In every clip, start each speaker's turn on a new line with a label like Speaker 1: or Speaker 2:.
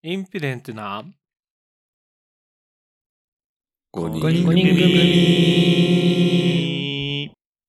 Speaker 1: インピデントな
Speaker 2: 5人
Speaker 1: 組。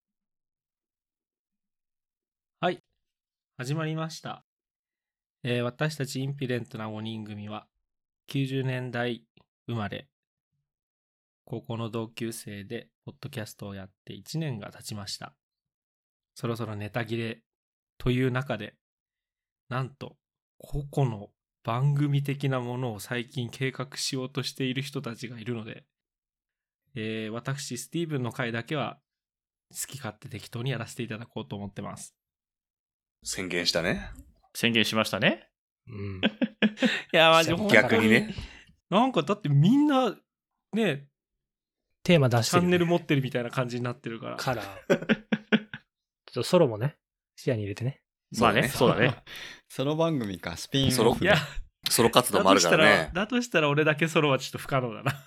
Speaker 1: はい、始まりました。私たちインピデントな5人組は90年代生まれ、高校の同級生でポッドキャストをやって1年が経ちました。そろそろネタ切れという中で、なんと個々の番組的なものを最近計画しようとしている人たちがいるので、私スティーブンの回だけは好き勝手適当にやらせていただこうと思ってます。
Speaker 2: 宣言したね。
Speaker 3: 宣言しましたね。
Speaker 1: いやマジ本当に
Speaker 2: 逆にね。
Speaker 1: なんかだってみんなね
Speaker 4: テーマ出してる、ね、
Speaker 1: チャンネル持ってるみたいな感じになってるから。
Speaker 4: ちょっとソロもね視野に入れてね。
Speaker 3: まあね、そうだね。
Speaker 5: ソロ番組か、スピンオフ。
Speaker 1: いや
Speaker 2: ソロ活動もあるからね。
Speaker 1: だとしたら俺だけソロはちょっと不可能だな。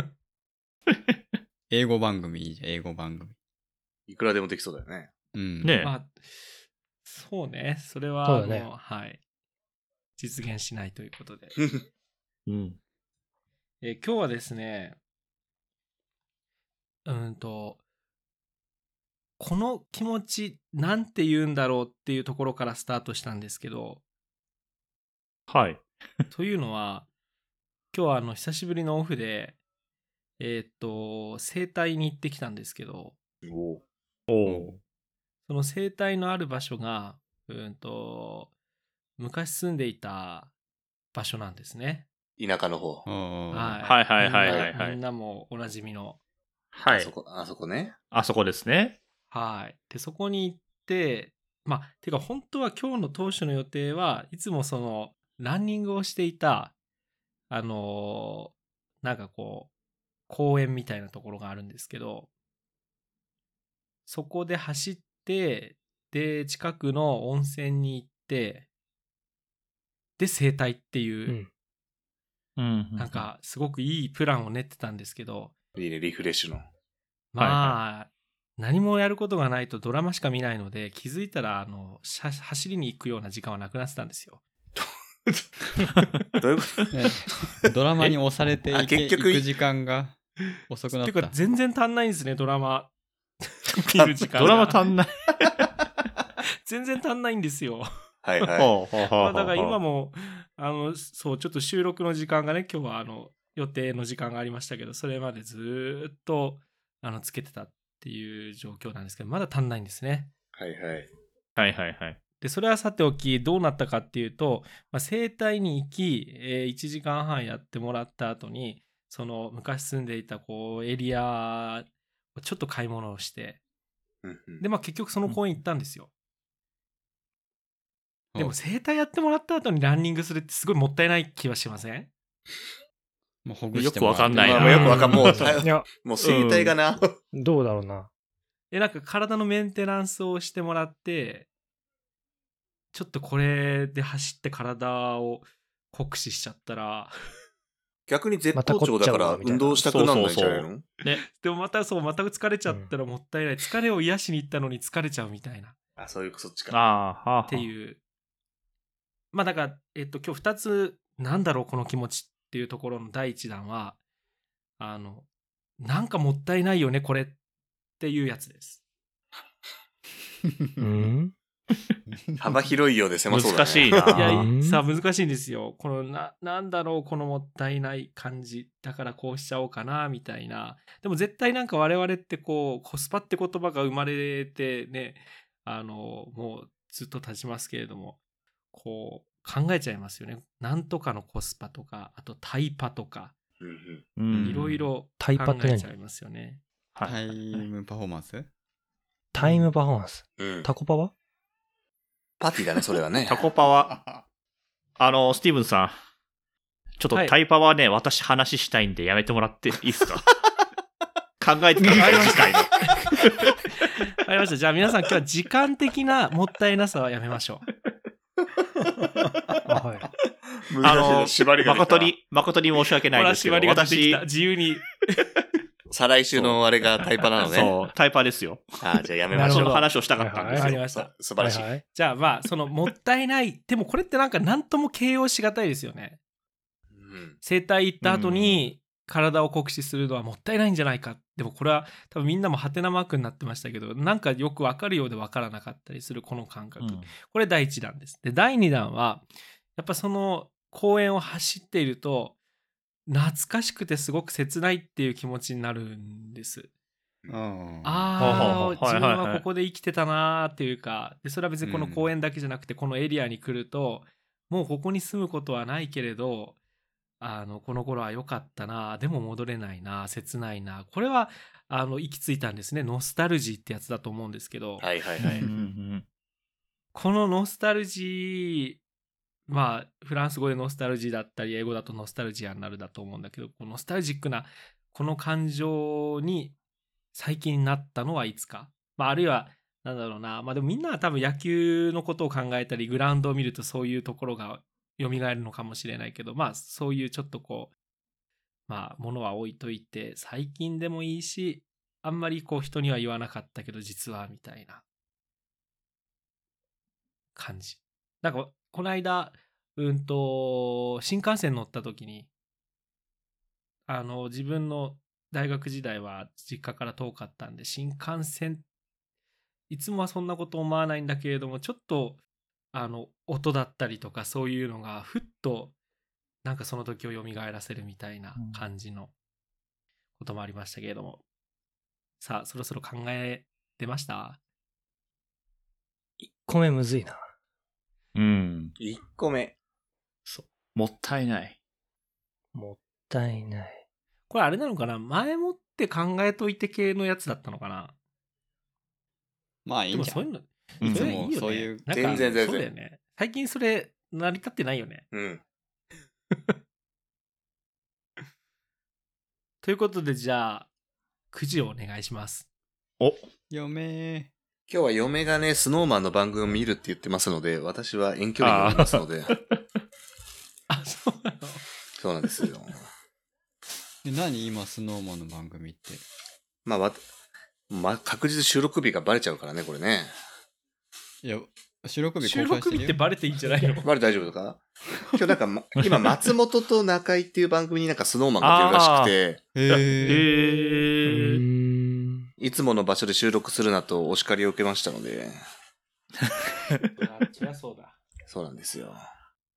Speaker 5: 英語番組いいじゃん、英語番組。
Speaker 2: いくらでもできそうだよね。
Speaker 5: うん。
Speaker 3: ねえ。
Speaker 1: まあそうね、それは
Speaker 4: そうだね、
Speaker 1: はい、実現しないということで。
Speaker 3: うん。
Speaker 1: 今日はですね、この気持ちなんて言うんだろうっていうところからスタートしたんですけど、
Speaker 3: はい。
Speaker 1: というのは今日は久しぶりのオフで整体に行ってきたんですけど、
Speaker 3: お
Speaker 1: その整体のある場所が昔住んでいた場所なんですね。
Speaker 2: 田舎の方。
Speaker 3: はいはいはいはいはい。
Speaker 1: みんなもおなじみの。
Speaker 3: はい。
Speaker 2: あそこね。
Speaker 3: あそこですね。
Speaker 1: はい。で、そこに行って、てか本当は今日の当初の予定はいつもそのランニングをしていた、なんかこう、公園みたいなところがあるんですけど、そこで走って、で、近くの温泉に行って、で、整体っていう、なんかすごくいいプランを練ってたんですけど、
Speaker 2: いいね、リフレッシュの。
Speaker 1: 何もやることがないとドラマしか見ないので、気づいたら走りに行くような時間はなくなってたんですよ。
Speaker 2: どういうこと？
Speaker 5: ドラマに押されていく時間が遅くなった。
Speaker 1: てか全然足んないんですね、ドラマ見る時間が。
Speaker 3: ドラマ足んない
Speaker 1: 全然足んないんですよ。
Speaker 2: はいはい。
Speaker 1: だから今もそうちょっと収録の時間がね、今日は予定の時間がありましたけど、それまでずっとつけてたっていう状況なんですけど、まだ足んないんですね。
Speaker 2: はいはい。
Speaker 3: はいはいはい。
Speaker 1: でそれはさておき、どうなったかっていうと、整体に行き、1時間半やってもらった後に、その昔住んでいたエリアをちょっと買い物をして、で結局その公園行ったんですよ。でも整体やってもらった後にランニングするってすごいもったいない気はしません？
Speaker 5: もうほぐして
Speaker 3: よくわかんないな。
Speaker 2: よくわかんない。もう整体がな。
Speaker 4: どうだろうな。
Speaker 1: なんか体のメンテナンスをしてもらって、ちょっとこれで走って体を酷使しちゃったら
Speaker 2: 逆に絶好調だから運動したくならないんじゃないの？
Speaker 1: ね。でもまた疲れちゃったらもったいない。疲れを癒しに行ったのに疲れちゃうみたいな。
Speaker 2: そういうそっちか。
Speaker 1: っていう。だから今日2つなんだろうこの気持ちっていうところの第一弾はなんかもったいないよねこれっていうやつです。
Speaker 2: 幅広いようで狭そうだね。
Speaker 3: 難しいな。
Speaker 1: いやさあ難しいんですよ。このなんだろうこのもったいない感じだからこうしちゃおうかなみたいな。でも絶対なんか我々ってコスパって言葉が生まれてね、もうずっと経ちますけれども、考えちゃいますよね。なんとかのコスパとか、あとタイパとか、いろいろ考えちゃいますよね。
Speaker 5: タイムパフォーマンス？
Speaker 4: タイムパフォーマンス。タコパは？
Speaker 2: パーティーだね、それはね。
Speaker 3: タコパは、スティーブンさん、ちょっとタイパはね、私話したいんでやめてもらっていいですか？考えてたら次回の。
Speaker 1: わかりました。じゃあ皆さん今日は時間的なもったいなさはやめましょう。
Speaker 3: 誠に申し訳ないですけど、
Speaker 1: 私自由に
Speaker 2: 再来週のあれがタイパなのね。
Speaker 3: そう、タイパですよ。
Speaker 2: じゃあやめましょう。
Speaker 3: その話をしたかったんですよ。
Speaker 1: わかりました。
Speaker 2: 素晴らしい。
Speaker 1: じゃあそのもったいない、でもこれってなんとも形容しがたいですよね。
Speaker 2: うん
Speaker 1: 整体行った後に体を酷使するのはもったいないんじゃないか。でもこれは多分みんなもハテナマークになってましたけど、なんかよくわかるようでわからなかったりするこの感覚。これ第1弾です。で、第2弾は、やっぱその公園を走っていると、懐かしくてすごく切ないっていう気持ちになるんです。自分はここで生きてたなーっていうか、でそれは別にこの公園だけじゃなくて、このエリアに来ると、もうここに住むことはないけれど、この頃は良かったな、でも戻れないな、切ないな。これは行き着いたんですね。ノスタルジーってやつだと思うんですけど、
Speaker 2: はいはいはい。
Speaker 1: このノスタルジー、まあフランス語でノスタルジーだったり、英語だとノスタルジアになるだと思うんだけど、このノスタルジックなこの感情に最近なったのはいつか、あるいはなんだろうな、でもみんなは多分野球のことを考えたり、グラウンドを見るとそういうところが蘇るのかもしれないけど、そういうちょっとこう、ものは置いといて、最近でもいいし、あんまりこう人には言わなかったけど実はみたいな感じ。なんかこの間新幹線乗った時に、自分の大学時代は実家から遠かったんで、新幹線いつもはそんなこと思わないんだけれども、ちょっと音だったりとかそういうのがふっとなんかその時を蘇らせるみたいな感じのこともありましたけれども、さあそろそろ考えてました？
Speaker 4: 1個目むずいな。
Speaker 2: 1個目。
Speaker 3: そう。もったいない。
Speaker 4: もったいない。
Speaker 1: これあれなのかな、前もって考えといて系のやつだったのかな。
Speaker 5: いいんじゃん。
Speaker 1: でもそういうの、それいいよね。
Speaker 5: そういう、
Speaker 2: 全然
Speaker 1: そうだよね。最近それ成り立ってないよね。ということで、じゃあくじをお願いします。
Speaker 5: 嫁。
Speaker 2: 今日は嫁がね、スノーマンの番組を見るって言ってますので、私は遠距離にいますので。
Speaker 1: そうなの？
Speaker 2: そうなんですよ。
Speaker 5: 何今スノーマンの番組って。
Speaker 2: 確実収録日がバレちゃうからね、これね。
Speaker 5: いや、収録日
Speaker 1: ってバレていいんじゃないの？
Speaker 2: バレ大丈夫ですか？今日なんか、今松本と中井っていう番組になんかスノーマンが出るらしくて、いつもの場所で収録するなとお叱りを受けましたので。
Speaker 1: そりゃそうだ。
Speaker 2: そうなんですよ。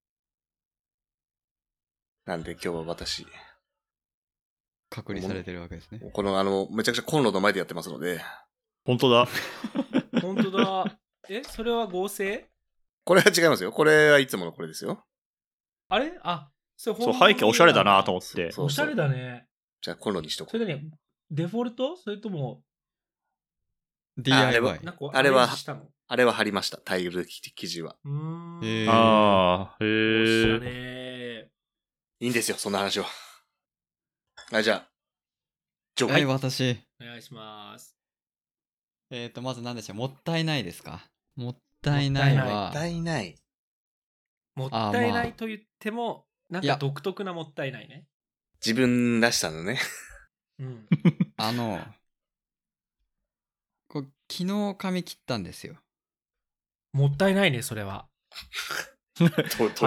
Speaker 2: なんで今日は私。
Speaker 5: 隔離されてるわけですね。
Speaker 2: このめちゃくちゃコンロの前でやってますので。
Speaker 3: 本当だ。
Speaker 1: 本当だ。それは合成？
Speaker 2: これは違いますよ。これはいつものこれですよ。
Speaker 1: あれ？そう
Speaker 3: 背景おしゃれだなと思って。
Speaker 1: おしゃれだね。
Speaker 2: じゃあコンロにしとこう。
Speaker 1: それね、デフォルト？それとも
Speaker 5: DIY？
Speaker 2: あれは貼りました。タイル生地は。
Speaker 1: おしゃれ。
Speaker 2: いいんですよ、そんな話は。じゃあ、
Speaker 5: 私。
Speaker 1: お願いします。
Speaker 5: まず何でしょう。もったいないですか？もったいないは。
Speaker 2: もったいない。
Speaker 1: もったいないと言っても、なんか独特なもったいないね。
Speaker 2: 自分らしさのね。
Speaker 5: 昨日髪切ったんですよ。
Speaker 1: もったいないね、それは。
Speaker 2: どういう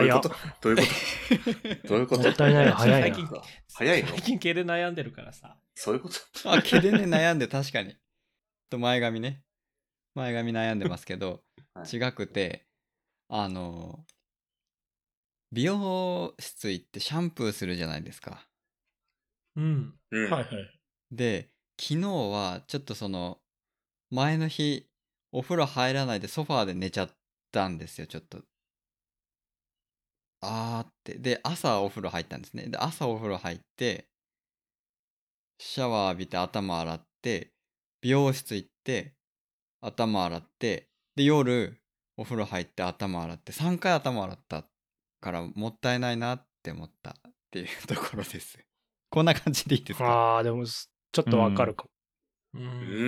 Speaker 2: こと
Speaker 4: もったいないが早いな。
Speaker 2: 早いの？
Speaker 1: 最近毛で悩んでるからさ。
Speaker 2: そういうこと？
Speaker 5: 毛でね、悩んで確かに。前髪悩んでますけど、違くて、美容室行ってシャンプーするじゃないですか。
Speaker 1: はいはい。
Speaker 5: で、昨日はちょっと前の日、お風呂入らないでソファーで寝ちゃったんですよ、ちょっと。で、朝お風呂入ったんですね。で、朝お風呂入って、シャワー浴びて頭洗って、美容室行って、頭洗って、で、夜お風呂入って頭洗って、3回頭洗ったからもったいないなって思ったっていうところです。こんな感じでいいですか？
Speaker 4: でも、ちょっとわかるかも。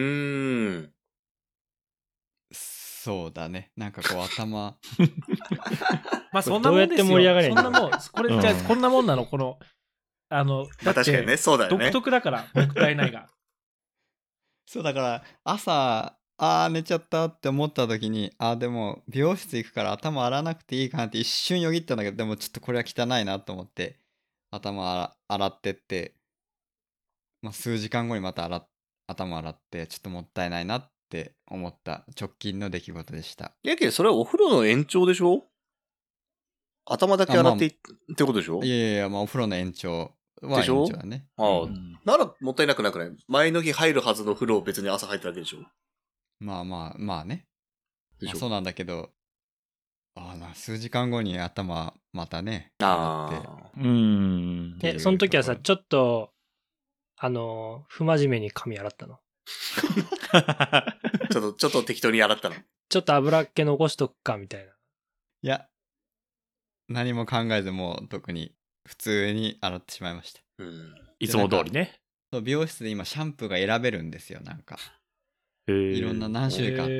Speaker 5: そうだね。なんかこう頭。
Speaker 1: そんなもんですよ。
Speaker 4: どうやって盛り上がれるの？
Speaker 1: そんなもん。これ、じゃあこんなもんなの？だって
Speaker 2: 確かにね、そうだよね。
Speaker 1: 独特だから、もったいないが。
Speaker 5: そうだから、朝、寝ちゃったって思った時に、でも美容室行くから頭洗わなくていいかなって一瞬よぎったんだけど、でもちょっとこれは汚いなと思って、 頭洗ってって、数時間後にまた頭洗って、ちょっともったいないなって思った直近の出来事でした。
Speaker 2: いやけど、それはお風呂の延長でしょ？頭だけ洗ってってことでしょ？
Speaker 5: いやいや、お風呂の延長は延長だね。
Speaker 2: ああ、ならもったいなくなくない？前の日入るはずの風呂を別に朝入っただけでしょ？
Speaker 5: まあね。
Speaker 2: でしょ？
Speaker 5: そうなんだけど、数時間後に頭またね、
Speaker 2: あ
Speaker 5: 洗って。
Speaker 2: あ。
Speaker 4: その時はさ、ちょっと、不真面目に髪洗ったの。
Speaker 2: ちょっと適当に洗ったの。
Speaker 4: ちょっと油っ気残しとくか、みたいな。
Speaker 5: いや、何も考えずもう特に普通に洗ってしまいました。
Speaker 3: いつも通りね。
Speaker 5: そう美容室で今シャンプーが選べるんですよ、なんか。いろんな何種類かあって。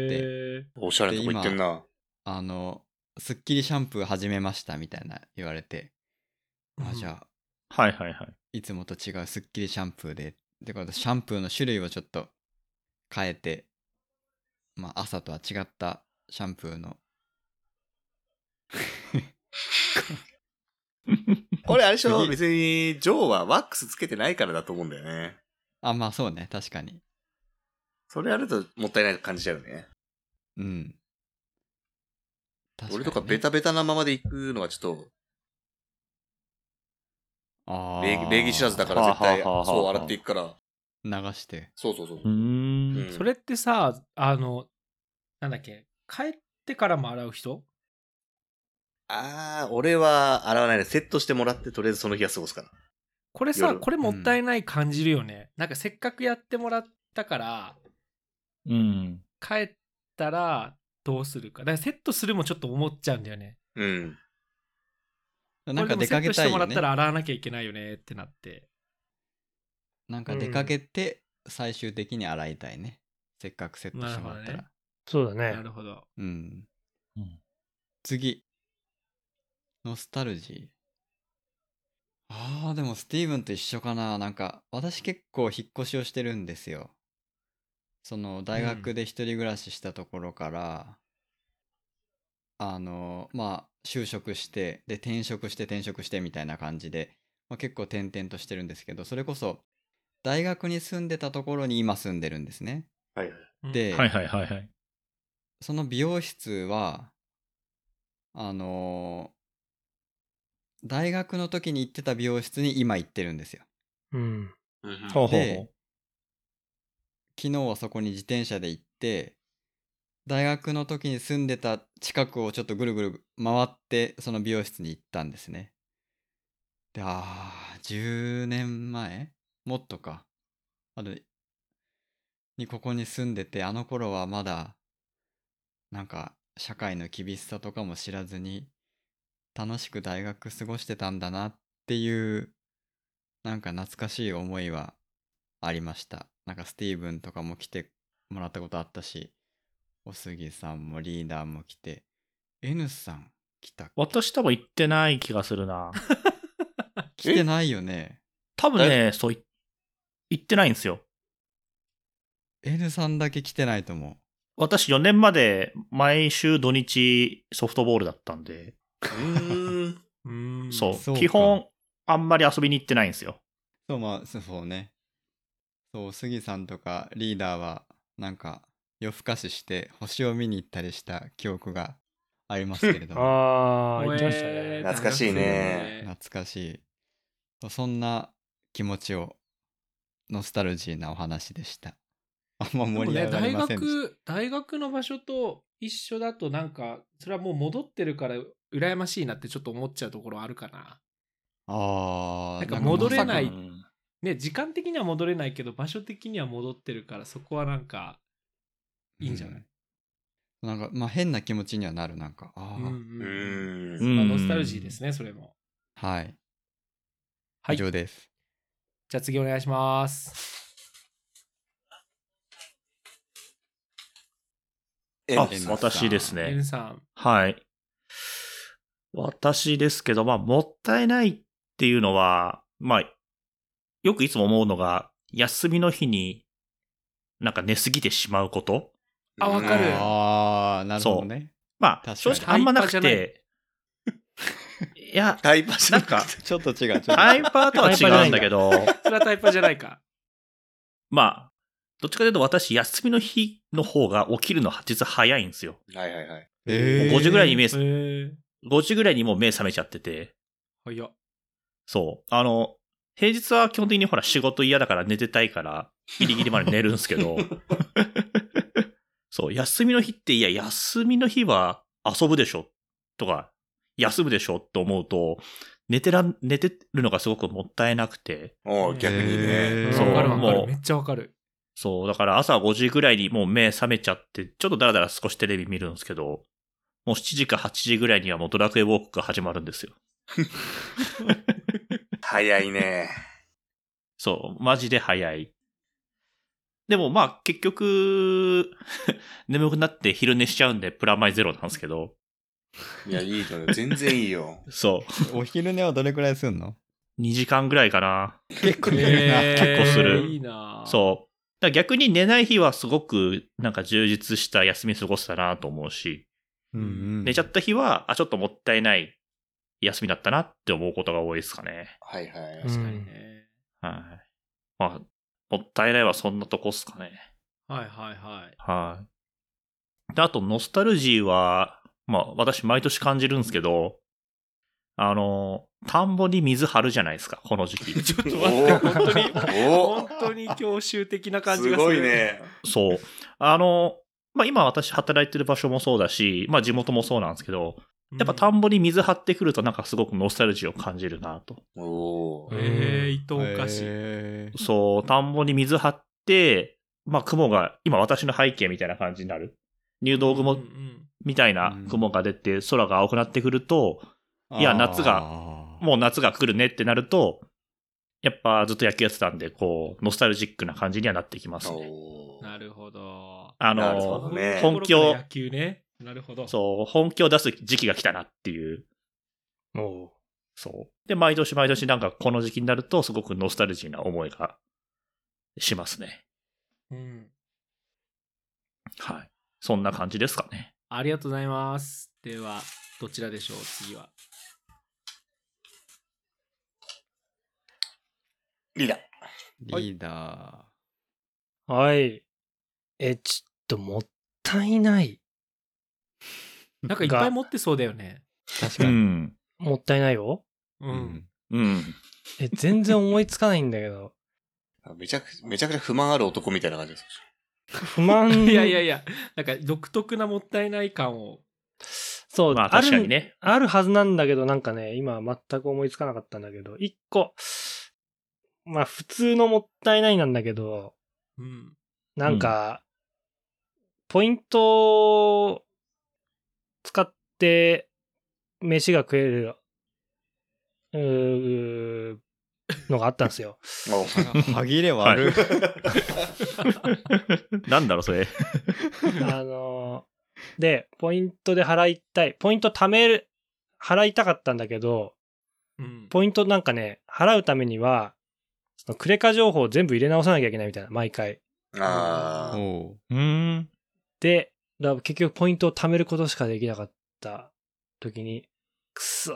Speaker 2: おしゃれなとこ行ってんな。
Speaker 5: スッキリシャンプー始めましたみたいな言われて。じゃあ。
Speaker 3: はいはいはい。
Speaker 5: いつもと違うスッキリシャンプーで。ってことで、シャンプーの種類をちょっと変えて、朝とは違ったシャンプーの。
Speaker 2: これあれでしょ？別に、ジョーはワックスつけてないからだと思うんだよね。
Speaker 5: そうね、確かに。
Speaker 2: それやるともったいない感じちゃうね。
Speaker 5: うん。
Speaker 2: 俺とかベタベタなままで行くのはちょっと、礼儀知らずだから絶対、そう洗っていくから。
Speaker 5: 流して。
Speaker 2: そう。
Speaker 1: それってさ、なんだっけ、帰ってからも洗う人？
Speaker 2: 俺は洗わないでセットしてもらってとりあえずその日は過ごすから。
Speaker 1: これさ、これもったいない感じるよね。なんかせっかくやってもらったから、帰ったらどうするか。だからセットするもちょっと思っちゃうんだよね。
Speaker 5: なんか出かけたいよね。セットしても
Speaker 1: らったら洗わなきゃいけないよねってなって。
Speaker 5: なんか出かけて最終的に洗いたいね。せっかくセットしてもらったら。
Speaker 4: そうだね。
Speaker 1: なるほど。
Speaker 5: 次。ノスタルジー。でもスティーブンと一緒かな。なんか私結構引っ越しをしてるんですよ。その大学で一人暮らししたところから、就職して、で転職してみたいな感じで、結構転々としてるんですけど、それこそ大学に住んでたところに今住んでるんですね。で、その美容室は大学の時に行ってた美容室に今行ってるんですよ。で、昨日はそこに自転車で行って、大学の時に住んでた近くをちょっとぐるぐる回ってその美容室に行ったんですね。で、10年前もっとか。にここに住んでて、あの頃はまだなんか社会の厳しさとかも知らずに楽しく大学過ごしてたんだなっていうなんか懐かしい思いはありました。なんかスティーブンとかも来てもらったことあったし、おすぎさんもリーダーも来て、N さん来たっけ？
Speaker 3: 私多分行ってない気がするな。
Speaker 5: 来てないよね。
Speaker 3: 多分ね、そう行ってないんですよ。
Speaker 5: N さんだけ来てないと思う。
Speaker 3: 私4年まで毎週土日ソフトボールだったんで。そう。基本あんまり遊びに行ってないんですよ。
Speaker 5: そうね。そう、杉さんとかリーダーはなんか夜更かしして星を見に行ったりした記憶がありますけれども。
Speaker 4: 行きましたね。
Speaker 2: 懐かしいね。
Speaker 5: 懐かしい。そんな気持ちをノスタルジーなお話でした。あんま盛り上がりませんでした。
Speaker 1: 大学の場所と一緒だとなんかそれはもう戻ってるから羨ましいなってちょっと思っちゃうところあるかな。なんか戻れない、ね、時間的には戻れないけど場所的には戻ってるからそこはなんかいいんじゃない？
Speaker 5: なんか変な気持ちにはなる。なんか
Speaker 1: ノスタルジーですね、それも。
Speaker 5: はい。以上です。
Speaker 1: じゃあ次お願いします。
Speaker 3: 私ですね。
Speaker 1: N さん。
Speaker 3: はい。私ですけど、もったいないっていうのは、よくいつも思うのが、休みの日になんか寝すぎてしまうこと。
Speaker 1: わかる。
Speaker 5: なるほどね。
Speaker 3: 正直あんまなくて、 いや、
Speaker 2: タイパじゃ
Speaker 3: なんか、
Speaker 5: ちょっと違う。
Speaker 3: タイパーとは違うんだけど、
Speaker 1: それはタイパじゃないか。
Speaker 3: まあ、どっちかというと私、休みの日の方が起きるのは実は早いんですよ。
Speaker 2: はいはいはい。
Speaker 3: もう5時ぐらいに
Speaker 1: へー。
Speaker 3: 5時ぐらいにもう目覚めちゃってて、
Speaker 1: 早っ。
Speaker 3: そう。平日は基本的にほら仕事嫌だから寝てたいから、ギリギリまで寝るんですけど、そう、休みの日って、いや、休みの日は遊ぶでしょとか、休むでしょって思うと、寝てるのがすごくもったいなくて、
Speaker 2: 逆にね。
Speaker 3: そう
Speaker 1: わかるわか
Speaker 3: もう
Speaker 1: る。めっちゃわかる。
Speaker 3: そう、だから朝5時ぐらいにもう目覚めちゃって、ちょっとだらだら少しテレビ見るんですけど、もう7時か8時ぐらいにはもうドラクエウォークが始まるんですよ。
Speaker 2: 早いね。
Speaker 3: そう、マジで早い。でもまあ結局、眠くなって昼寝しちゃうんでプラマイゼロなんですけど、
Speaker 2: いや、いいのよ。全然いいよ。
Speaker 3: そう、
Speaker 5: お昼寝はどれくらいすんの？
Speaker 3: 2時間ぐらいかな。
Speaker 5: 結構寝るな。
Speaker 3: 結構する
Speaker 1: いいな。
Speaker 3: そう。だから逆に寝ない日はすごくなんか充実した休み過ごせたなと思うし、
Speaker 5: うんうん
Speaker 3: 寝ちゃった日は、ちょっともったいない休みだったなって思うことが多いですかね。
Speaker 2: はいはい。
Speaker 1: 確かにね。
Speaker 3: はい。まあ、もったいないはそんなとこっすかね。
Speaker 1: はいはいはい。
Speaker 3: はい。で、あと、ノスタルジーは、まあ、私毎年感じるんですけど、田んぼに水張るじゃないですか、この時期。
Speaker 1: ちょっと待って、本当に、
Speaker 2: お
Speaker 1: 本当に教習的な感じがする。
Speaker 2: すごいね。
Speaker 3: そう。まあ、今私働いてる場所もそうだし、まあ、地元もそうなんですけど、やっぱ田んぼに水張ってくるとなんかすごくノスタルジーを感じるなと。
Speaker 2: おー。
Speaker 1: 伊藤おかしい。
Speaker 3: そう、田んぼに水張って、まあ雲が、今私の背景みたいな感じになる。入道雲みたいな雲が出て、空が青くなってくると、いや夏がもう夏が来るねってなると、やっぱずっと野球やってたんで、こう、ノスタルジックな感じにはなってきますね。
Speaker 2: おー。
Speaker 1: なるほど。
Speaker 2: なるほどね
Speaker 3: 本気を
Speaker 1: 野球ね。なるほど。
Speaker 3: そう、本気を出す時期が来たなっていう。
Speaker 4: おう
Speaker 3: そう。で、毎年毎年なんかこの時期になると、すごくノスタルジーな思いがしますね。
Speaker 1: うん。
Speaker 3: はい。そんな感じですかね。
Speaker 1: ありがとうございます。では、どちらでしょう、次は。
Speaker 2: リーダー。
Speaker 5: リーダ
Speaker 4: はい。ちょっともったいない。
Speaker 1: なんかいっぱい持ってそうだよね。
Speaker 5: ー。確
Speaker 3: う
Speaker 5: かに。
Speaker 3: ん。
Speaker 4: もったいないよ。
Speaker 1: う。
Speaker 5: うんん。
Speaker 3: うん。
Speaker 4: 全然思いつかないんだけど。
Speaker 2: めちゃくちゃ不満ある男みたいな感じです。
Speaker 4: 不満。
Speaker 1: いやいやいや、なんか独特なもったいない感を。
Speaker 4: そう、
Speaker 3: まあ確かにね。
Speaker 4: あるはずなんだけど、なんかね、今全く思いつかなかったんだけど、一個、まあ普通のもったいないなんだけど、
Speaker 1: うん。
Speaker 4: なんか、ポイントを使って飯が食える、のがあったんですよ。
Speaker 2: お
Speaker 5: 歯切れ悪い。
Speaker 3: なんだろう、それ。
Speaker 4: で、ポイントで払いたい。ポイント払いたかったんだけど、
Speaker 1: うん。
Speaker 4: ポイントなんかね、払うためには、そのクレカ情報を全部入れ直さなきゃいけないみたいな、毎回。
Speaker 2: あー。
Speaker 5: おう。
Speaker 4: で、だから結局ポイントを貯めることしかできなかった時に、くそ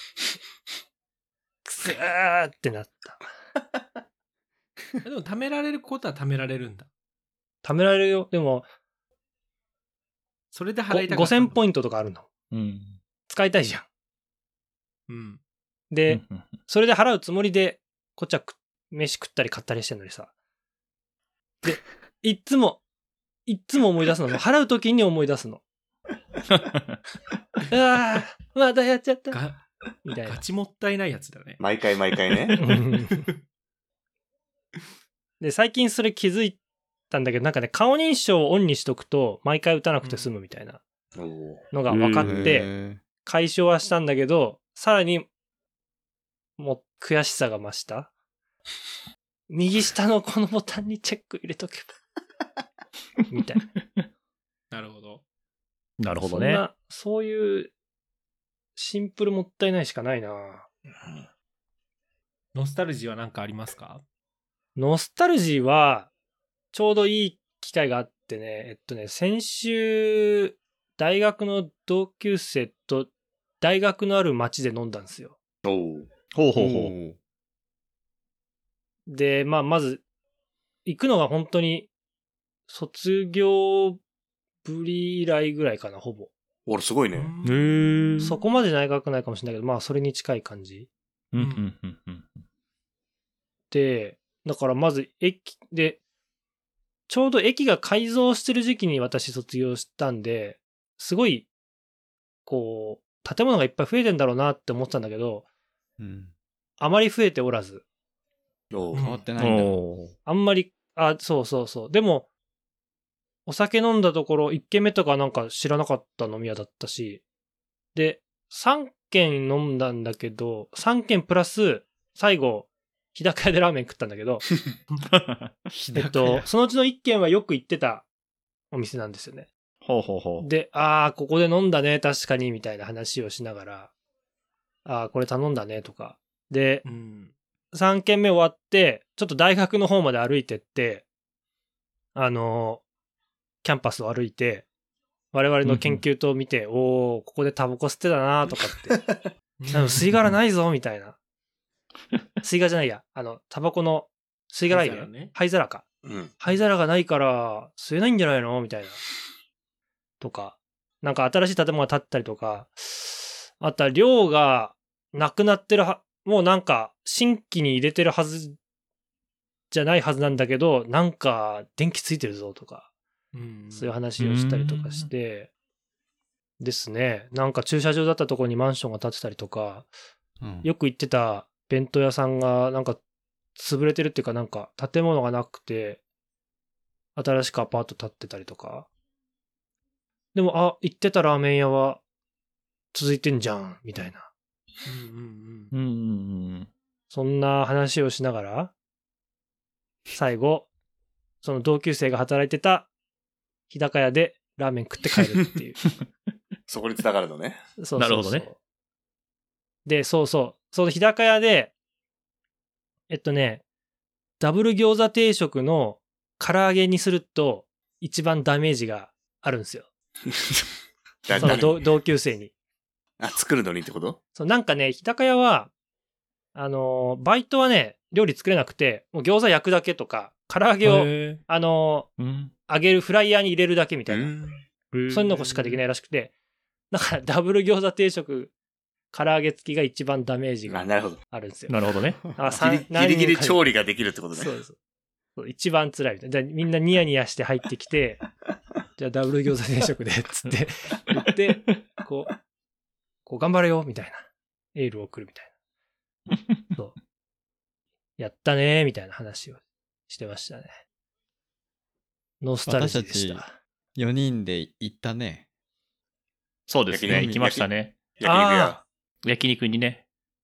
Speaker 4: ーってなった。
Speaker 1: でも、貯められることは貯められるんだ。
Speaker 4: 貯められるよ。でも、
Speaker 1: それで払いたかった。
Speaker 4: 5000ポイ
Speaker 1: ン
Speaker 4: ントとかあるの。
Speaker 3: うん。
Speaker 4: 使いたいじゃん。
Speaker 1: うん。
Speaker 4: で、それで払うつもりで、こっちは飯食ったり買ったりしてんのにさ。で、いっつも思い出すの。払うときに思い出すの。うわー、またやっちゃった。みたいな。
Speaker 1: ガチもったいないやつだね。
Speaker 2: 毎回ね。
Speaker 4: で、最近それ気づいたんだけど、なんかね、顔認証をオンにしとくと、毎回打たなくて済むみたいな
Speaker 2: おー。
Speaker 4: のが分かって、
Speaker 5: へ
Speaker 4: 解消はしたんだけど、さらに、もう悔しさが増した。右下のこのボタンにチェック入れとけば。みたいな。
Speaker 1: なるほど。
Speaker 3: なるほどね。
Speaker 4: そういう、シンプルもったいないしかないな。
Speaker 1: ノスタルジーは何かありますか？
Speaker 4: ノスタルジーは、ちょうどいい機会があってね、先週、大学の同級生と大学のある町で飲んだんですよ。
Speaker 2: おう。
Speaker 3: ほうほうほう。
Speaker 4: で、まあ、まず、行くのが本当に、卒業ぶり以来ぐらいかな、ほぼ。
Speaker 2: 俺すごいね。
Speaker 3: へえ。
Speaker 4: そこまで長くないかもしれないけど、まあ、それに近い感じ。
Speaker 3: うんうんうんうん。
Speaker 4: で、だからまず駅で、ちょうど駅が改造してる時期に私卒業したんで、すごい、こう、建物がいっぱい増えてんだろうなって思ってたんだけど、
Speaker 5: うん。
Speaker 4: あまり増えておらず、
Speaker 2: おう。
Speaker 5: 変わってないんだ。
Speaker 3: おー。
Speaker 4: あんまり、そうそうそう。でも、お酒飲んだところ、1軒目とかなんか知らなかった飲み屋だったし、で、3軒飲んだんだけど、3軒プラス、最後、日高屋でラーメン食ったんだけど、
Speaker 5: 日高屋
Speaker 4: そのうちの1軒はよく行ってたお店なんですよね。
Speaker 3: ほうほうほう。
Speaker 4: で、ここで飲んだね、確かに、みたいな話をしながら、これ頼んだね、とか。で、
Speaker 1: うん。
Speaker 4: 3軒目終わって、ちょっと大学の方まで歩いてって、キャンパスを歩いて、我々の研究棟を見て、ここでタバコ吸ってたなとかって。でも吸い殻ないぞ、みたいな。吸い殻じゃないや。タバコの吸い殻入れ
Speaker 1: 灰皿ね
Speaker 4: 灰皿か。
Speaker 2: うん。
Speaker 4: 灰皿がないから吸えないんじゃないのみたいな。とか。なんか新しい建物が建ったりとか。あとは量がなくなってるもうなんか新規に入れてるはずじゃないはずなんだけど、なんか電気ついてるぞとか。そういう話をしたりとかして、ですね。なんか駐車場だったところにマンションが建ってたりとか、
Speaker 5: うん
Speaker 4: よく行ってた弁当屋さんがなんか潰れてるっていうかなんか建物がなくて、新しくアパート建ってたりとか。でも、行ってたラーメン屋は続いてんじゃん、みたいな。
Speaker 1: うん
Speaker 3: うんうんうん。
Speaker 4: そんな話をしながら、最後、その同級生が働いてた日高屋でラーメン食って帰るっていう。
Speaker 2: そこに繋がるのね。
Speaker 4: そうそうそう
Speaker 3: なるほどね。
Speaker 4: で、そうそう。その日高屋で、ダブル餃子定食の唐揚げにすると一番ダメージがあるんですよ。その同級生に。
Speaker 2: 作るのにってこと？
Speaker 4: そう、なんかね、日高屋は、バイトはね、料理作れなくて、もう餃子焼くだけとか、唐揚げを、
Speaker 1: へ
Speaker 3: うん。
Speaker 4: 揚げるフライヤーに入れるだけみたいな。
Speaker 2: うん。
Speaker 4: そういうのしかできないらしくて、だからダブル餃子定食、唐揚げ付きが一番ダメージが
Speaker 2: なるほど。
Speaker 4: あるんですよ。
Speaker 3: なるほどね。
Speaker 2: ギリギリ調理ができるってことね。
Speaker 4: そうです。そう一番辛いみたいな。じゃあみんなニヤニヤして入ってきて、じゃあダブル餃子定食で、つって言って、こう頑張れよ、みたいな。エールを送るみたいな。そう。やったね、みたいな話をしてましたね。ノスタルジーでし
Speaker 5: 私た
Speaker 4: た。
Speaker 5: 4人で行ったね。
Speaker 3: そうですね。
Speaker 2: 焼肉
Speaker 3: 行きましたね。
Speaker 2: 焼肉屋。
Speaker 3: 焼肉にね。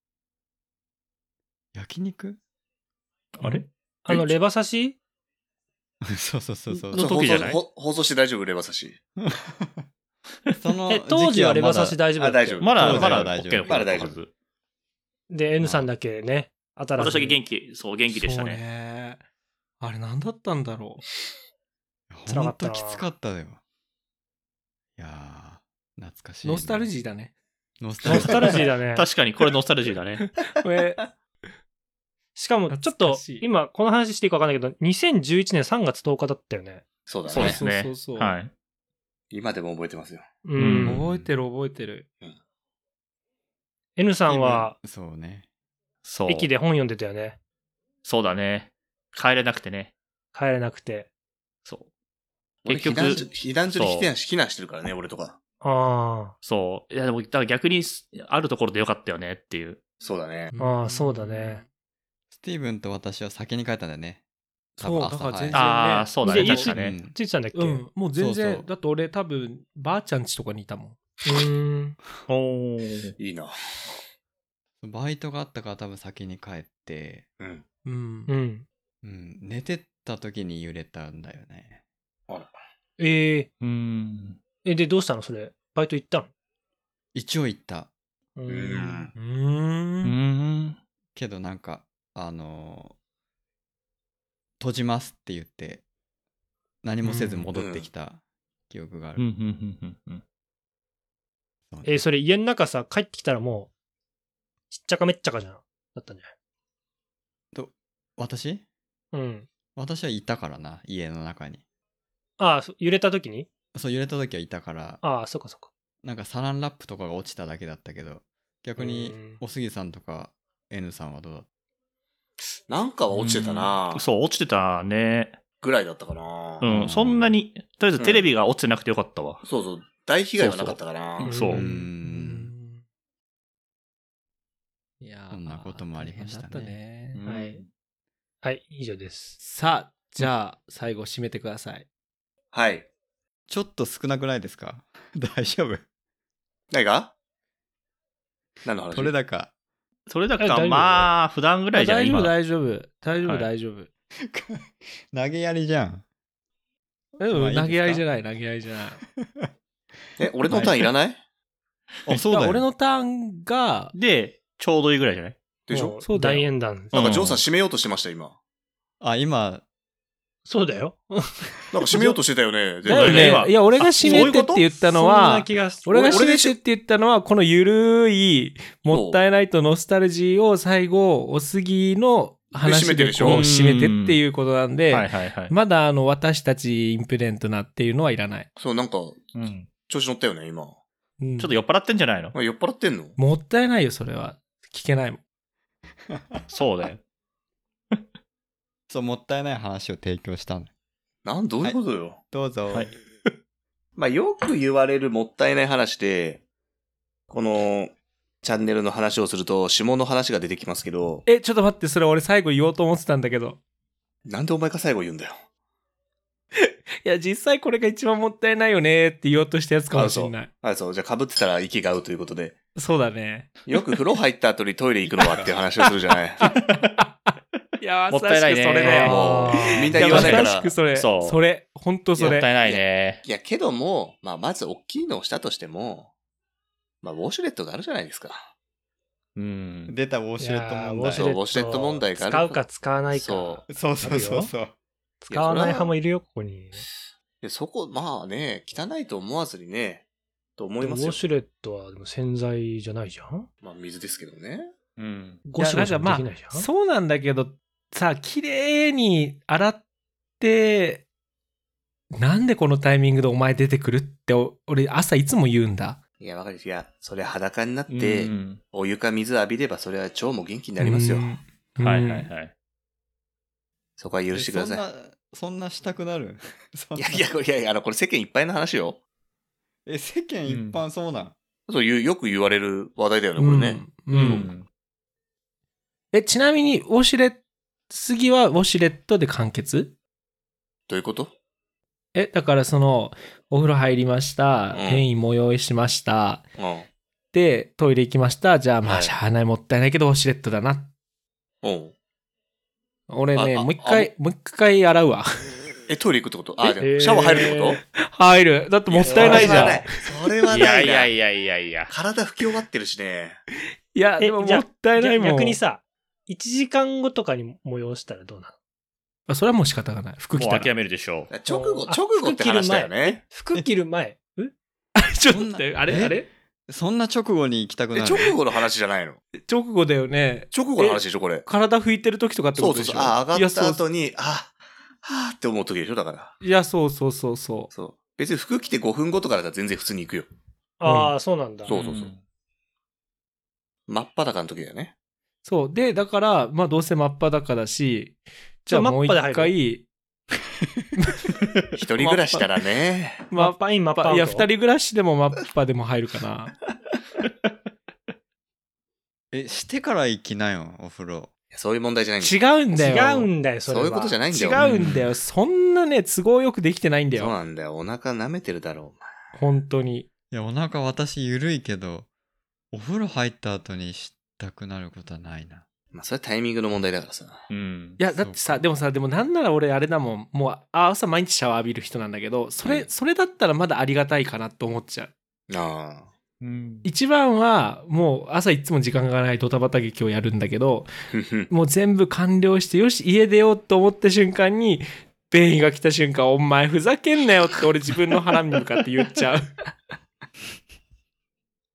Speaker 5: 焼肉
Speaker 3: あれ
Speaker 4: レバ刺し
Speaker 5: そうそうそうそう。
Speaker 3: の時じゃない
Speaker 2: 放送して大丈夫？レバ刺し。
Speaker 5: その
Speaker 4: 当時はレバ刺し
Speaker 5: だ。
Speaker 4: 大丈夫だったよ
Speaker 2: 大丈夫。
Speaker 3: まだ、
Speaker 5: 当時
Speaker 3: まだ
Speaker 5: は大丈夫
Speaker 3: OK の
Speaker 2: まだ大丈夫
Speaker 3: はず。
Speaker 4: で、N さんだけね、新しい。
Speaker 3: 私だけ元気でした
Speaker 1: そう
Speaker 3: ね。
Speaker 1: ね。あれ何だったんだろ
Speaker 4: 辛かったな
Speaker 5: ほんときつかったよ。いやー、懐かしい、
Speaker 1: う。ノスタル
Speaker 5: ー。
Speaker 1: ジーだね。
Speaker 5: ノス
Speaker 4: ノスタルジー
Speaker 5: だ。
Speaker 4: だね。
Speaker 3: 確かに、これノスタルジーだね。
Speaker 1: これ、
Speaker 4: しかも、ちょっと
Speaker 1: 懐かしい、
Speaker 4: 今、この話していいか分かんないけど、2011年3月10日だったよね。
Speaker 2: そうだね。
Speaker 3: そうですね。
Speaker 1: そうそうそう
Speaker 3: はい。
Speaker 2: 今でも覚えてますよ。
Speaker 3: うん
Speaker 1: 覚えてる覚えてる。
Speaker 4: N さんは、
Speaker 5: そうね。
Speaker 3: そう。
Speaker 4: 駅で本読んでたよね。
Speaker 3: そうだね。帰れなくてね。
Speaker 4: 帰れなくて。
Speaker 3: そう。
Speaker 2: 俺
Speaker 3: 結局
Speaker 2: 避難所に避難してるからね、俺とか。
Speaker 3: そう。いや、でも、だから逆に、あるところでよかったよねっていう。
Speaker 2: そうだね。
Speaker 4: そうだね。
Speaker 5: スティーブンと私は先に帰ったんだよね。
Speaker 1: そう、
Speaker 5: 多分朝
Speaker 1: だから全然ね。
Speaker 3: ああ、そうだね。
Speaker 4: で
Speaker 3: 確かね。
Speaker 5: うん
Speaker 4: ついてたんだっけ
Speaker 1: うん、もう全然、
Speaker 5: そうそう
Speaker 1: だって俺多分、ばあちゃん家とかにいたもん。
Speaker 3: おー。
Speaker 2: いいな。
Speaker 5: バイトがあったから多分先に帰って、
Speaker 2: うん。
Speaker 1: うん
Speaker 4: う。ん。
Speaker 5: 寝てた時に揺れたんだよね。
Speaker 4: で、どうしたのそれ。バイト行ったの
Speaker 5: 一応行った。
Speaker 4: う
Speaker 2: うん。
Speaker 1: うーん。
Speaker 5: けどなんか、閉じますって言って、何もせず戻ってきた記憶がある。
Speaker 4: それ家の中さ、帰ってきたらもう、しっちゃかめっちゃかじゃん。だったんじ
Speaker 5: 私
Speaker 4: ゃない？
Speaker 5: 私はいたからな、家の中に。
Speaker 4: ああ、揺れた時に？
Speaker 5: そう、揺れた時はいたから、
Speaker 4: ああ、そっかそっか。
Speaker 5: なんかサランラップとかが落ちただけだったけど、逆におすぎさんとか N さんはどうだった？
Speaker 2: なんかは落ちてたな
Speaker 3: そう、落ちてたね。
Speaker 2: ぐらいだったかな。
Speaker 3: そんなに、とりあえずテレビが落ちてなくてよかったわ。
Speaker 2: そうそう。大被害はなかったかな。
Speaker 3: そう。
Speaker 1: いやー、
Speaker 5: そんなこともありましたね。
Speaker 1: 大変だったね。
Speaker 4: はい。はい、以上です。
Speaker 1: さあ、じゃあ、最後締めてください。
Speaker 2: はい。
Speaker 5: ちょっと少なくないですか？大丈夫？
Speaker 2: 何が？何の話？
Speaker 5: 取れ高。
Speaker 3: それだか
Speaker 4: 大丈夫
Speaker 3: まあ、普段ぐらいじゃない今。
Speaker 1: 大丈夫。
Speaker 3: はい
Speaker 1: 大丈夫。
Speaker 5: 投げやりじゃん。まあいいですか？
Speaker 1: 投げ合いじゃない。
Speaker 2: 俺のターンいらない
Speaker 5: あ、そうだよ。
Speaker 1: 俺のターンが、
Speaker 3: で、ちょうどいいぐらいじゃない
Speaker 2: でしょ？
Speaker 4: もう
Speaker 1: そうだよ
Speaker 4: 大演談。
Speaker 2: なんかジョーさん締めようとしてました、今。
Speaker 5: あ、今、
Speaker 4: そうだよ。
Speaker 2: なんか締めようとしてたよね。絶
Speaker 1: だよ
Speaker 2: 対ね。
Speaker 1: ね。いや、俺が締めてって言ったの
Speaker 4: そん
Speaker 1: は
Speaker 4: な、気がする。
Speaker 1: 俺が締めてって言ったのは、このゆるい、もったいないとノスタルジーを最後、おすぎの話でこう締めてっていうことなんで、
Speaker 3: はいはいはい。
Speaker 1: まだ私たちインプレントなっていうのはいらない。
Speaker 2: そう、なんか、
Speaker 3: うん
Speaker 2: 調子乗ったよね、今。
Speaker 1: うん
Speaker 3: ちょっと酔っ払ってんじゃないの？
Speaker 2: 酔っ払ってんの？
Speaker 1: もったいないよ、それは。聞けないもん。
Speaker 3: そうだよ。
Speaker 5: そう、もったいない話を提供したの。
Speaker 2: どういうことよ。
Speaker 5: どうぞ。
Speaker 3: はい
Speaker 2: まあ、よく言われるもったいない話で、この、チャンネルの話をすると、下の話が出てきますけど、
Speaker 1: ちょっと待って、それ俺最後言おうと思ってたんだけど。
Speaker 2: なんでお前が最後言うんだよ。
Speaker 1: いや、実際これが一番もったいないよねって言おうとしたやつかもしれない。
Speaker 2: そう。じゃあ被ってたら息が合うということで。
Speaker 1: そうだね。
Speaker 2: よく風呂入った後にトイレ行くのはっていう話をするじゃない。
Speaker 1: いや、
Speaker 3: もったいないね
Speaker 1: まさしくそれね。
Speaker 2: もう、みんな
Speaker 1: いや、
Speaker 2: 言わないから
Speaker 1: まさしく。それ。
Speaker 3: そう
Speaker 1: それ。ほんとそれ。
Speaker 3: もったいないね。
Speaker 2: いや、けども、まず大きいのをしたとしても、ウォシュレットがあるじゃないですか。
Speaker 3: うん。
Speaker 5: 出たウォシュレット問題。
Speaker 2: そうウォシュレット問題がある
Speaker 4: 使うか使わないか。
Speaker 2: そう。
Speaker 5: そうそう。
Speaker 4: 使わない派もいるよ、ここに。
Speaker 2: でそこ、まあね、汚いと思わずにね、と思いますよ。
Speaker 4: ウォシュレットはでも洗剤じゃないじゃん？
Speaker 2: まあ水ですけどね。
Speaker 3: うん。
Speaker 4: ゴシゴシもできないじゃん？
Speaker 1: そうなんだけど、さ、綺麗に洗って、なんでこのタイミングでお前出てくるって、俺朝いつも言うんだ。
Speaker 2: いや、わかるです。いや、それ裸になって、
Speaker 3: うん
Speaker 2: お湯か水浴びれば、それは腸も元気になりますよ。
Speaker 1: うん
Speaker 3: はいはいはい。
Speaker 2: そこは許してください。
Speaker 5: そんなしたくなる？
Speaker 2: いや、これ世間いっぱいの話よ。
Speaker 5: 世間一般そうなん？
Speaker 2: そうよく言われる話題だよね、これね。
Speaker 1: うんちなみに、次はウォシュレットで完結？
Speaker 2: どういうこと？
Speaker 1: だからお風呂入りました。
Speaker 2: うん
Speaker 1: 変異催しました。
Speaker 2: うん。
Speaker 1: で、トイレ行きました。じゃあ、まあ、
Speaker 2: はい
Speaker 1: しゃあない、もったいないけど、ウォシュレットだな。
Speaker 2: うん。
Speaker 1: 俺ね、
Speaker 2: あ
Speaker 1: もう一回洗うわ。
Speaker 2: トイレ行くってこと？でもシャワー入るってこと？
Speaker 1: 入る。だってもったいないじゃん。
Speaker 2: それはない。
Speaker 3: いやいやいやいやいや。
Speaker 2: 体拭き終わってるしね。
Speaker 1: いや、でももったいないもん。
Speaker 4: 逆にさ、1時間後とかに催したらどうなの？
Speaker 1: それはもう仕方がない。服着たら。
Speaker 3: もう諦めるでしょう。
Speaker 2: 直後って話だよね。
Speaker 4: 服着る前。
Speaker 1: ちょっと待って、あれ
Speaker 5: そんな直後に行きたくなる？
Speaker 2: 直後の話じゃないの？
Speaker 1: 直後だよね。
Speaker 2: 直後の話でしょ、これ。
Speaker 1: 体拭いてる時とかってことでしょ？
Speaker 2: 上がった後に、はぁって思う時でしょ、だから。
Speaker 1: いや、そう。
Speaker 2: そう。別に服着て5分後とかだったら全然普通に行くよ。
Speaker 4: ああ、そうなんだ。
Speaker 2: そう。真っ裸の時だよね。
Speaker 1: そう。で、だから、まあどうせ真っ裸だし、じゃあもう一回、
Speaker 2: 一人暮らししたらね。
Speaker 4: マッパイン、マッパアウト。
Speaker 1: いや、二人暮らしでもマッパでも入るかな。
Speaker 5: してから行きなよ、お風呂。
Speaker 2: そういう問題じゃないんだよ。
Speaker 1: 違うんだよ。
Speaker 4: 違うんだよ、それは。
Speaker 2: そういうことじゃないんだよ。
Speaker 1: 違うんだよ。そんなね、都合よくできてないんだ
Speaker 2: そう
Speaker 1: よ。
Speaker 2: なんだよ。お腹舐めてるだろう、お前。
Speaker 1: 本当に。
Speaker 5: いや、お腹私緩いけど、お風呂入った後にしたくなることはないな。
Speaker 2: まあ、それはタイミングの問題だからさ。
Speaker 3: うん。
Speaker 1: いや、だってさ、でもなんなら俺あれだもん。もう、朝毎日シャワー浴びる人なんだけど、それだったらまだありがたいかなと思っちゃう。
Speaker 2: あ
Speaker 3: うん。
Speaker 1: 一番は、もう朝いつも時間がないドタバタ劇をやるんだけど、
Speaker 2: あ。
Speaker 1: もう全部完了して、よし、家出ようと思った瞬間に、便意が来た瞬間、お前ふざけんなよって俺自分の腹に向かって言っちゃう。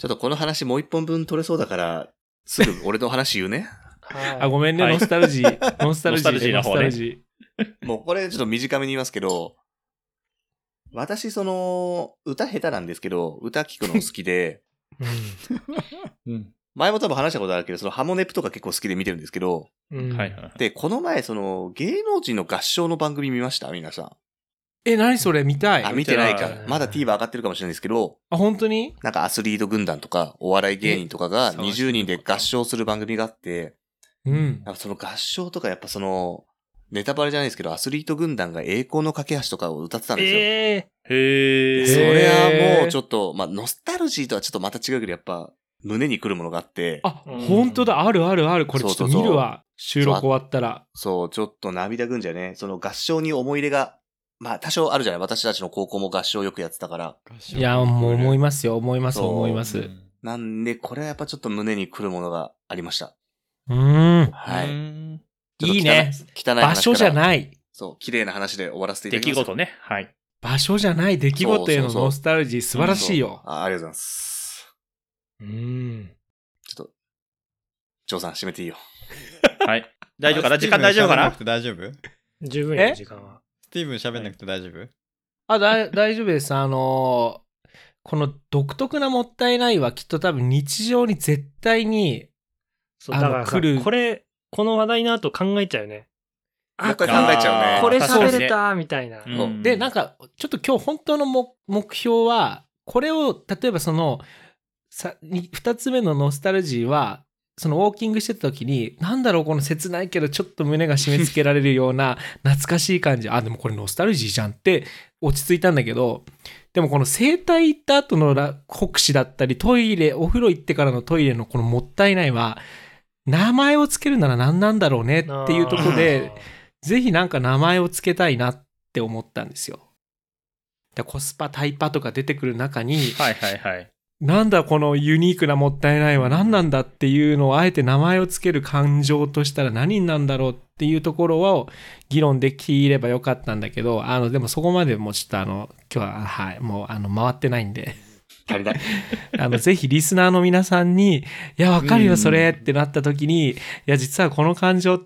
Speaker 2: ちょっとこの話もう一本分取れそうだから、すぐ俺の話言うね。
Speaker 4: はい。
Speaker 1: あ、ごめんね、
Speaker 3: はい
Speaker 1: ノスタルジー。ノスタルジー
Speaker 3: ノスタルジーな方ね
Speaker 1: ノスタルジ
Speaker 2: もうこれちょっと短めに言いますけど、私歌下手なんですけど、歌聞くの好きで、
Speaker 3: うん。
Speaker 2: 前も多分話したことあるけど、ハモネプとか結構好きで見てるんですけど、
Speaker 4: うん。
Speaker 3: はいはい。
Speaker 2: で、この前芸能人の合唱の番組見ました皆さん。
Speaker 1: ー。何それ見たい。
Speaker 2: あ、見てないか
Speaker 3: 見てな。
Speaker 2: まだ TVer 上がってるかもしれないですけど、
Speaker 1: あ、本当に
Speaker 2: なんかアスリート軍団とか、お笑い芸人とかが
Speaker 5: え
Speaker 2: 20人で合唱する番組があって、
Speaker 1: うん。
Speaker 2: やっぱその合唱とかやっぱネタバレじゃないですけど、アスリート軍団が栄光の架け橋とかを歌ってたんですよ。
Speaker 4: え
Speaker 3: へ
Speaker 2: そ
Speaker 3: ー。
Speaker 2: れはもうちょっと、まあ、ノスタルジーとはちょっとまた違うけど、やっぱ、胸に来るものがあって、
Speaker 1: あ、
Speaker 4: うん
Speaker 1: 本当だ。あるあるある。これちょっと見るわ。収録終わったら。
Speaker 2: そう、ちょっと涙ぐんじゃね。合唱に思い入れが、まあ、多少あるじゃない。私たちの高校も合唱よくやってたから。
Speaker 1: いや、もう思い
Speaker 5: ま
Speaker 1: ますよ。思います、
Speaker 2: そう
Speaker 1: 思います。
Speaker 2: なんで、これはやっぱちょっと胸に来るものがありました。
Speaker 1: うん。
Speaker 2: はい。
Speaker 3: い。
Speaker 2: ちょっと
Speaker 1: いいね。
Speaker 2: 汚い話から
Speaker 1: 場所じゃない。
Speaker 2: そう、綺麗な話で終わらせていた
Speaker 3: 出
Speaker 2: だきます。
Speaker 3: 来事ね。はい。
Speaker 1: 場所じゃない出来事への
Speaker 2: そうそうそう
Speaker 1: ノスタルジー素晴らしいよ。
Speaker 2: ありがとうございます。
Speaker 1: うん。
Speaker 2: ちょっと、ジョーさん閉めていいよ。
Speaker 3: はい。大丈夫かな時間大丈夫かな
Speaker 5: 大丈夫
Speaker 4: 十分よ、時間は。
Speaker 5: スティーブン喋んなくて大丈夫
Speaker 1: あ、大丈夫です。この独特なもったいないはきっと多分日常に絶対に、
Speaker 4: そう、だからさ、
Speaker 1: 来る
Speaker 4: この話題の後考えちゃうよね。
Speaker 2: もう一回考えちゃうね。
Speaker 4: これ
Speaker 1: そう
Speaker 4: 喋れたみたいな。
Speaker 3: うん
Speaker 1: で、なんか、ちょっと今日本当の目標は、これを、例えば二つ目のノスタルジーは、ウォーキングしてた時に、なんだろう、この切ないけど、ちょっと胸が締め付けられるような、懐かしい感じ。あ、でもこれノスタルジーじゃんって落ち着いたんだけど、でもこの整体行った後の酷使だったり、お風呂行ってからのトイレのこのもったいないは、名前をつけるなら何なんだろうねっていうところで、ぜひなんか名前をつけたいなって思ったんですよ。コスパ、タイパとか出てくる中に、
Speaker 3: はいはいはい。
Speaker 1: なんだこのユニークなもったいないは何なんだっていうのをあえて名前をつける感情としたら何なんだろうっていうところを議論できればよかったんだけど、でもそこまでもうちょっと今日は、はい、もう回ってないんで。
Speaker 2: 足りない。
Speaker 1: ぜひリスナーの皆さんに、いや、わかるよ、それってなった時に、いや、実はこの感情って、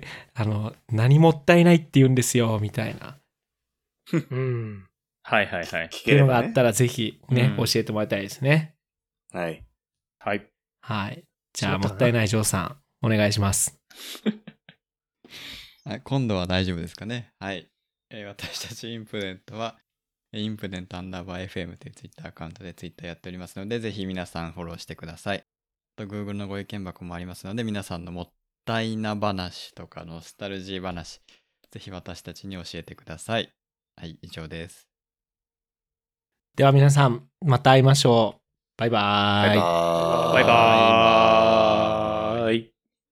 Speaker 1: 何もったいないって言うんですよ、みたいな。
Speaker 4: うん。
Speaker 3: はいはいはい。
Speaker 2: 聞
Speaker 1: って
Speaker 2: ければね
Speaker 1: いうのがあっ。たら、ぜひね、
Speaker 3: うん
Speaker 1: 教えてもらいたいですね。
Speaker 2: はい。
Speaker 3: はい。
Speaker 1: はい。じゃあ、
Speaker 4: 違ったかな
Speaker 1: もったいないジョーさん、お願いします。
Speaker 5: はい、今度は大丈夫ですかね。はい。私たちインプデントは、インプデント_FM というツイッターアカウントでツイッターやっておりますので、ぜひ皆さんフォローしてください。あと Google のご意見箱もありますので、皆さんのもったいな話とかノスタルジー話、ぜひ私たちに教えてください。はい、以上です。
Speaker 1: では皆さん、また会いましょう。バイバーイ。
Speaker 2: バイバーイ。
Speaker 3: バイバーイ。